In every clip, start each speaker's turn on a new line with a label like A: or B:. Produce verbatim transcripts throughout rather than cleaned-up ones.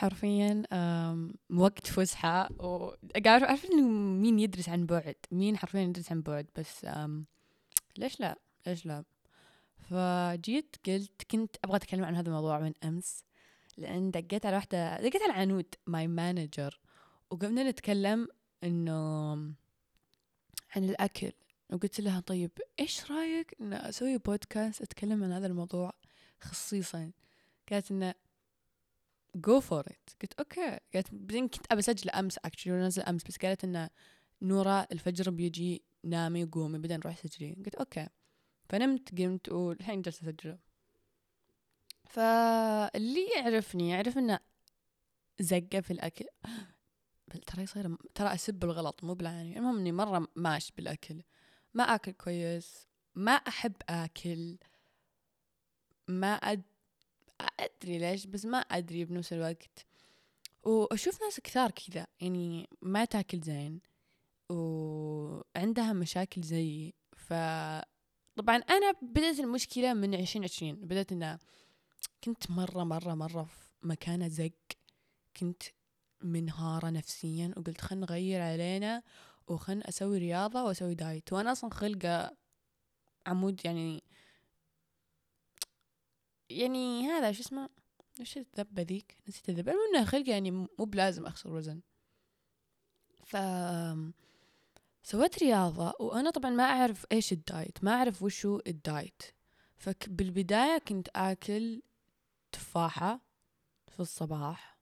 A: حرفيا أم، وقت فسحة وقاعد أعرف إنه مين يدرس عن بعد، مين حرفيا يدرس عن بعد، بس أم، ليش لا ليش لا. فجيت قلت كنت أبغى أتكلم عن هذا الموضوع من أمس، لأن دقيت على واحدة، دقيت على عنود ماي مانجر، وقمنا نتكلم إنه عن الأكل. وقلت لها طيب إيش رأيك إن أسوي بودكاست أتكلم عن هذا الموضوع خصيصا؟ قالت إنه go for it. قلت أوكي. قالت بعدين كنت أبى أسجل أمس actually ونزل أمس، بس قالت إنه نورا الفجر بيجي نامي وقومي بدنا نروح سجلي. قلت أوكي. فنمت قمت والحين جلست أسجله. فاللي يعرفني يعرف إنه زقة في الأكل. ترى يصير ترى أسب بالغلط مو بالعاني. المهم إني مرة ماش بالأكل، ما أكل كويس، ما أحب أكل، ما أد... أدري ليش، بس ما أدري بنفس الوقت. وأشوف ناس كثار كذا يعني ما تاكل زين وعندها مشاكل زيي. فطبعا أنا بدأت المشكلة من عشرين عشرين، بدأت إنه كنت مرة مرة مرة في مكانة زق، كنت منهارة نفسيا، وقلت خلنا نغير علينا وخلنا أسوي رياضة وأسوي دايت. وأنا أصلا خلقة عمود يعني يعني هذا شو اسمه، ايش الذبة ذيك، نسيت الذبة. المهم انها خلقة يعني مو بلازم اخسر وزن. ف سويت رياضة، وانا طبعا ما اعرف ايش الدايت، ما اعرف وشو الدايت. فبالبداية كنت اكل تفاحة في الصباح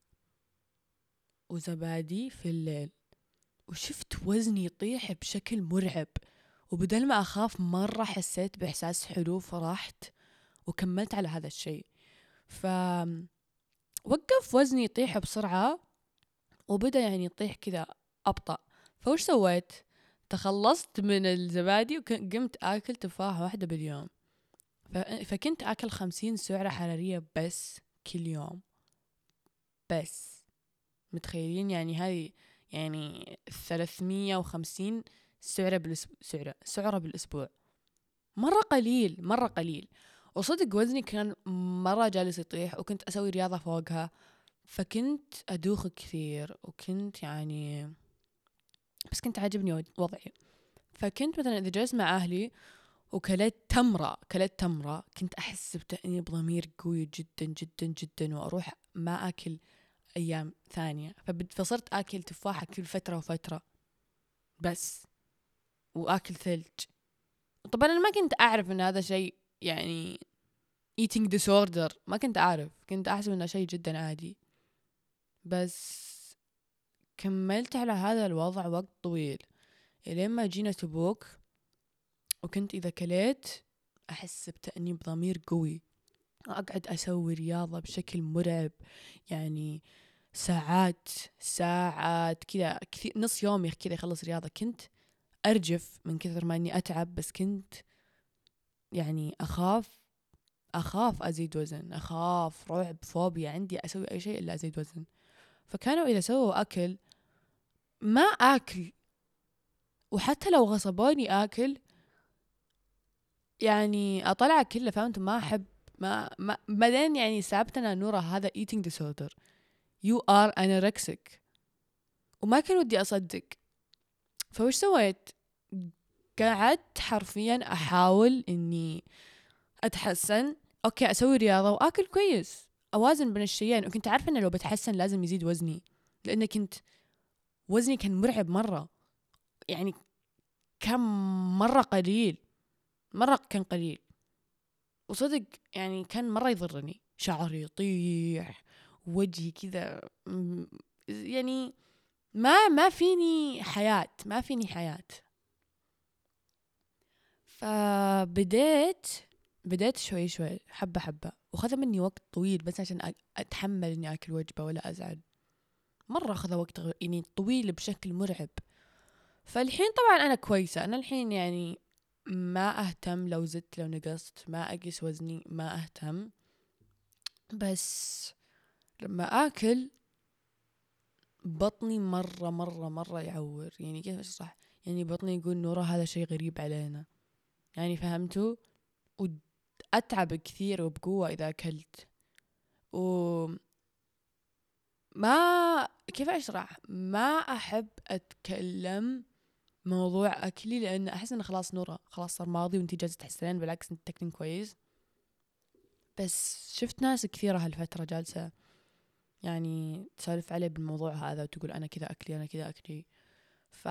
A: وزبادي في الليل، وشفت وزني يطيح بشكل مرعب. وبدل ما اخاف مرة حسيت باحساس حلو، فرحت وكملت على هذا الشيء. ف وقف وزني يطيح بسرعة وبدأ يعني يطيح كذا أبطأ. فوش سويت؟ تخلصت من الزبادي وقمت آكل تفاحة واحدة باليوم. فكنت آكل خمسين سعرة حرارية بس كل يوم. بس متخيلين يعني هذه يعني ثلاثمية وخمسين سعرة بالأسبوع، سعرة سعرة بالأسبوع، مرة قليل مرة قليل. وصدق وزني كان مرة جالس يطيح، وكنت أسوي رياضة فوقها، فكنت أدوخ كثير، وكنت يعني بس كنت عاجبني وضعي. فكنت مثلا إذا جلست مع أهلي وكلت تمرة كلت تمرة كنت أحس بتأنيب ضمير قوي جدا جدا جدا، وأروح ما أكل أيام ثانية. فصرت أكل تفاحة كل فترة وفترة بس، وأكل ثلج. طبعا أنا ما كنت أعرف أن هذا شيء يعني eating disorder، ما كنت أعرف، كنت أحسب أنه شيء جدا عادي. بس كملت على هذا الوضع وقت طويل لين ما جينا تبوك، وكنت إذا كليت أحس بتأنيب ضمير قوي، أقعد أسوي رياضة بشكل مرعب، يعني ساعات ساعات كذا كثير، نص يومي كذا يخلص رياضة. كنت أرجف من كثر ما إني أتعب، بس كنت يعني أخاف أخاف أزيد وزن، أخاف رعب فوبيا عندي أسوي أي شيء إلا أزيد وزن. فكانوا إذا سووا أكل ما أكل، وحتى لو غصبوني أكل يعني أطلع كله، فهمت؟ ما أحب ما ما بعدين يعني سابتنا نورا هذا eating disorder، you are anorexic، وما كان ودي أصدق. فوش سويت؟ قعدت حرفيا أحاول إني أتحسن، أوكي أسوي رياضة وأكل كويس، أوازن بين الشيئين. وكنت عارفة إنه لو بتحسن لازم يزيد وزني، لأن كنت وزني كان مرعب مرة، يعني كان مرة قليل، مرة كان قليل. وصدق يعني كان مرة يضرني، شعري يطيح، وجهي كذا يعني ما ما فيني حياة ما فيني حياة. فبديت بديت شوي شوي حبة حبة، وخذ مني وقت طويل بس عشان أتحمل إني أكل وجبة ولا أزعل. مرة أخذ وقت يعني طويل بشكل مرعب. فالحين طبعا أنا كويسة، أنا الحين يعني ما أهتم لو زدت لو نقصت، ما أقيس وزني، ما أهتم. بس لما آكل بطني مرة مرة مرة يعور، يعني كيف أشرح؟ يعني بطني يقول نورا هذا شيء غريب علينا، يعني فهمتوا؟ وأتعب كثير وبقوة إذا أكلت. و ما كيف أشرح، ما أحب أتكلم موضوع أكلي لأن أحس إنه خلاص نورة خلاص صار ماضي وأنتي جالسة تحسنين، بالعكس أنت تاكلين كويس. بس شفت ناس كثيرة هالفترة جالسة يعني تسولف عليه بالموضوع هذا وتقول أنا كذا أكلي أنا كذا أكلي. ف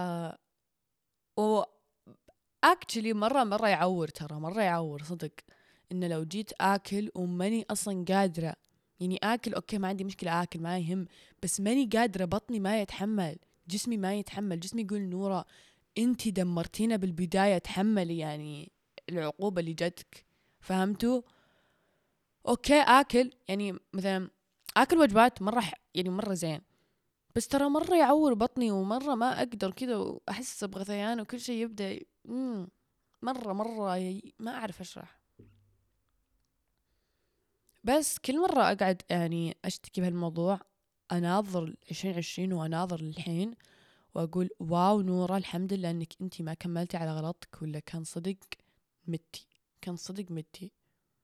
A: و actually مرة مرة يعور، ترى مرة يعور صدق، إنه لو جيت آكل وماني أصلا قادرة، يعني آكل أوكي ما عندي مشكلة آكل ما يهم، بس ماني قادرة، بطني ما يتحمل، جسمي ما يتحمل، جسمي يقول نورة انتي دمرتينا بالبداية، تحملي يعني العقوبة اللي جتك. فهمتوا؟ أوكي آكل يعني مثلا آكل وجبات مرة ح... يعني مرة زين، بس ترى مرة يعور بطني ومرة ما أقدر كذا وأحس بغثيان وكل شيء يبدأ مم. مرة مرة ي... ما أعرف أشرح. بس كل مرة أقعد يعني أشتكي بهالموضوع، أناظر عشرين عشرين وأناظر الحين وأقول واو نورة الحمد لله أنك أنتي ما كملتي على غلطك، ولا كان صدق متي، كان صدق متي.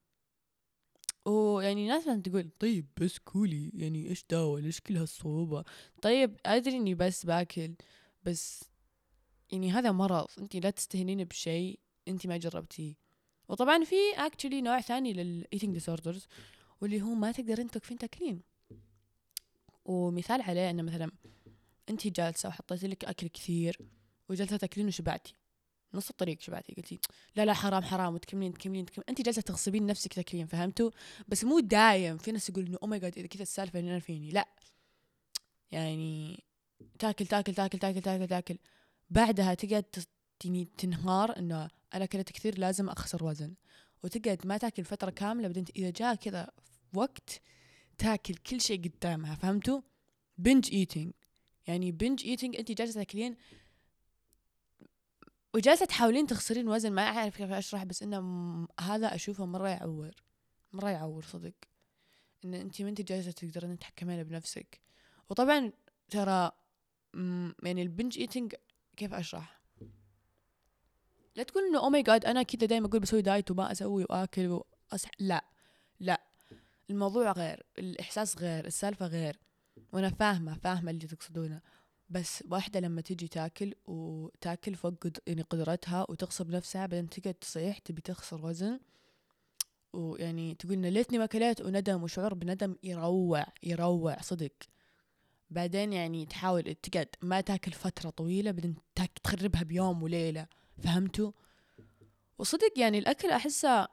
A: ويعني ناس تقول طيب بس كولي يعني إيش داوى ليش كل هالصعوبة؟ طيب أدري إني بس باكل، بس يعني هذا مرض، أنتي لا تستهينين بشيء أنتي ما جربتيه. وطبعا في actually نوع ثاني لل eating disorders واللي هو ما تقدرين توقفين تاكلين. ومثال عليه أنه مثلا أنتي جالسة وحطيت لك أكل كثير وجالسة تاكلين وشبعتي، نص الطريق شبعتي، قلتي لا لا حرام حرام وتكملين تكملين تكملين، أنتي جالسة تغصبين نفسك تاكلين. فهمتوا؟ بس مو دايم، في ناس يقول إنه أو ماي جاد إذا كذا السالفة إنه أنا فيني، لا يعني تاكل تاكل تاكل تاكل تاكل تاكل بعدها تقعد يعني تنهار إنه أنا أكلت كثير لازم أخسر وزن، وتقعد ما تاكل فترة كاملة، بعدين إذا جاء كذا وقت تاكل كل شيء قدامها. فهمتوا؟ بنج ايتينج، يعني بنج ايتينج انت جالسه تاكلين وجالسه تحاولين تخسرين وزن، ما اعرف كيف اشرح، بس انه م- هذا اشوفه مره يعور، مره يعور صدق، ان انت ما انت جالسه تقدرين تتحكمين بنفسك. وطبعا ترى م- يعني البنج ايتينج كيف اشرح، لا تقول انه او ماي جاد انا كذا دايما اقول بسوي دايت وما اسوي واكل وأصح، لا لا، الموضوع غير، الاحساس غير، السالفه غير. وانا فاهمه فاهمه اللي تقصدونه، بس واحدة لما تيجي تاكل وتاكل فوق قد... يعني قدرتها وتغصب نفسها، بعدين تقعد تصيح تبي تخسر وزن، ويعني تقول إن ليتني ما كليت، وندم وشعور بندم يروع يروع صدق. بعدين يعني تحاول تقعد ما تاكل فترة طويلة، بعدين تاك... تخربها بيوم وليلة. فهمتوا؟ وصدق يعني الأكل أحسه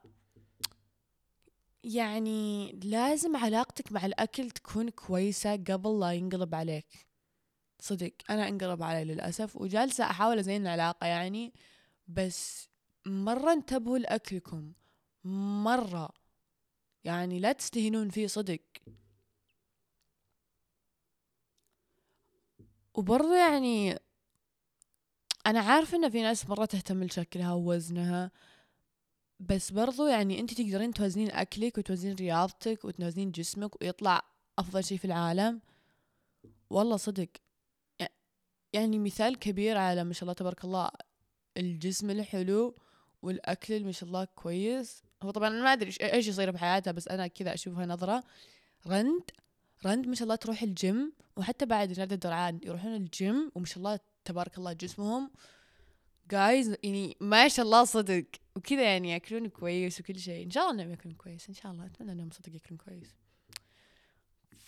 A: يعني لازم علاقتك مع الأكل تكون كويسة قبل لا ينقلب عليك. صدق أنا انقلب علي للأسف، وجالسة أحاول أزين العلاقة يعني، بس مرة انتبهوا لأكلكم، مرة يعني لا تستهينون فيه صدق. وبرضه يعني أنا عارفة إن في ناس مرة تهتم لشكلها ووزنها، بس برضو يعني أنت تقدرين توازنين أكلك وتوازنين رياضتك وتوازنين جسمك ويطلع أفضل شيء في العالم. والله صدق يعني مثال كبير على ما شاء الله تبارك الله الجسم الحلو والأكل اللي ما شاء الله كويس. هو طبعا أنا ما أدري إيش يصير بحياتها، بس أنا كذا أشوفها نظرة. رند رند ما شاء الله تروح الجيم، وحتى بعد نادي الدرعان يروحون الجيم وما شاء الله تبارك الله جسمهم جايز يعني ما شاء الله صدق، وكذا يعني ياكلون كويس وكل شيء. ان شاء الله انهم ياكلون كويس، ان شاء الله اتمنى انهم صدق ياكلون كويس. ف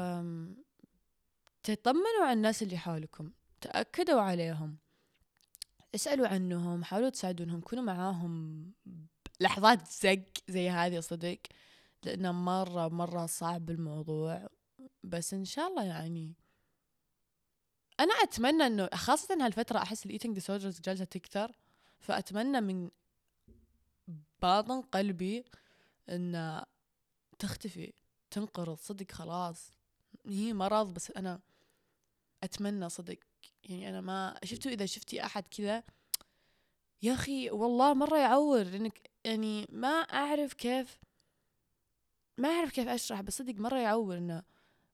A: تطمنوا على الناس اللي حولكم، تأكدوا عليهم، اسألوا عنهم، حاولوا تساعدونهم، كونوا معاهم لحظات زق زي هذه صدق، لأنه مرة مرة صعب الموضوع. بس إن شاء الله يعني أنا أتمنى إنه خاصة هالفترة أحس الإيتينج ديسوردرز جالسة تكثر، فأتمنى من باطن قلبي إن تختفي، تنقرض صدق، خلاص هي مرض. بس أنا أتمنى صدق يعني، أنا ما شفتوا إذا شفتي أحد كذا يا أخي والله مرة يعور، لأنك يعني ما أعرف كيف ما أعرف كيف أشرح، بس صدق مرة يعور إنه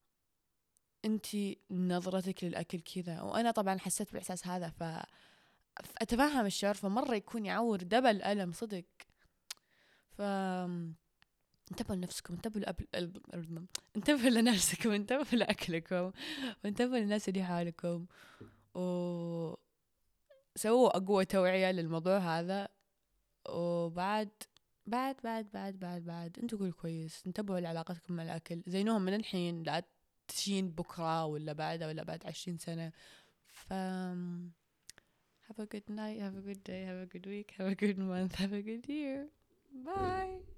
A: أنتي نظرتك للأكل كذا، وأنا طبعا حسيت بالإحساس هذا، ف فأتفهم الشعور، فمرة يكون يعور دبل ألم صدق. ف انتبهوا لنفسكم، انتبهوا لأب... ال- انتبهوا لنفسكم، انتبهوا لأكلكم، وانتبهوا للناس اللي حولكم، وسووا أقوى توعية للموضوع هذا. وبعد بعد بعد بعد بعد بعد انتوا قولوا كويس، انتبهوا لعلاقتكم مع الأكل، زينوهم من الحين، لا تجين بكرة ولا بعد ولا بعد عشرين سنة. ف have a good night, have a good day, have a good week, have a good month, have a good year. Bye.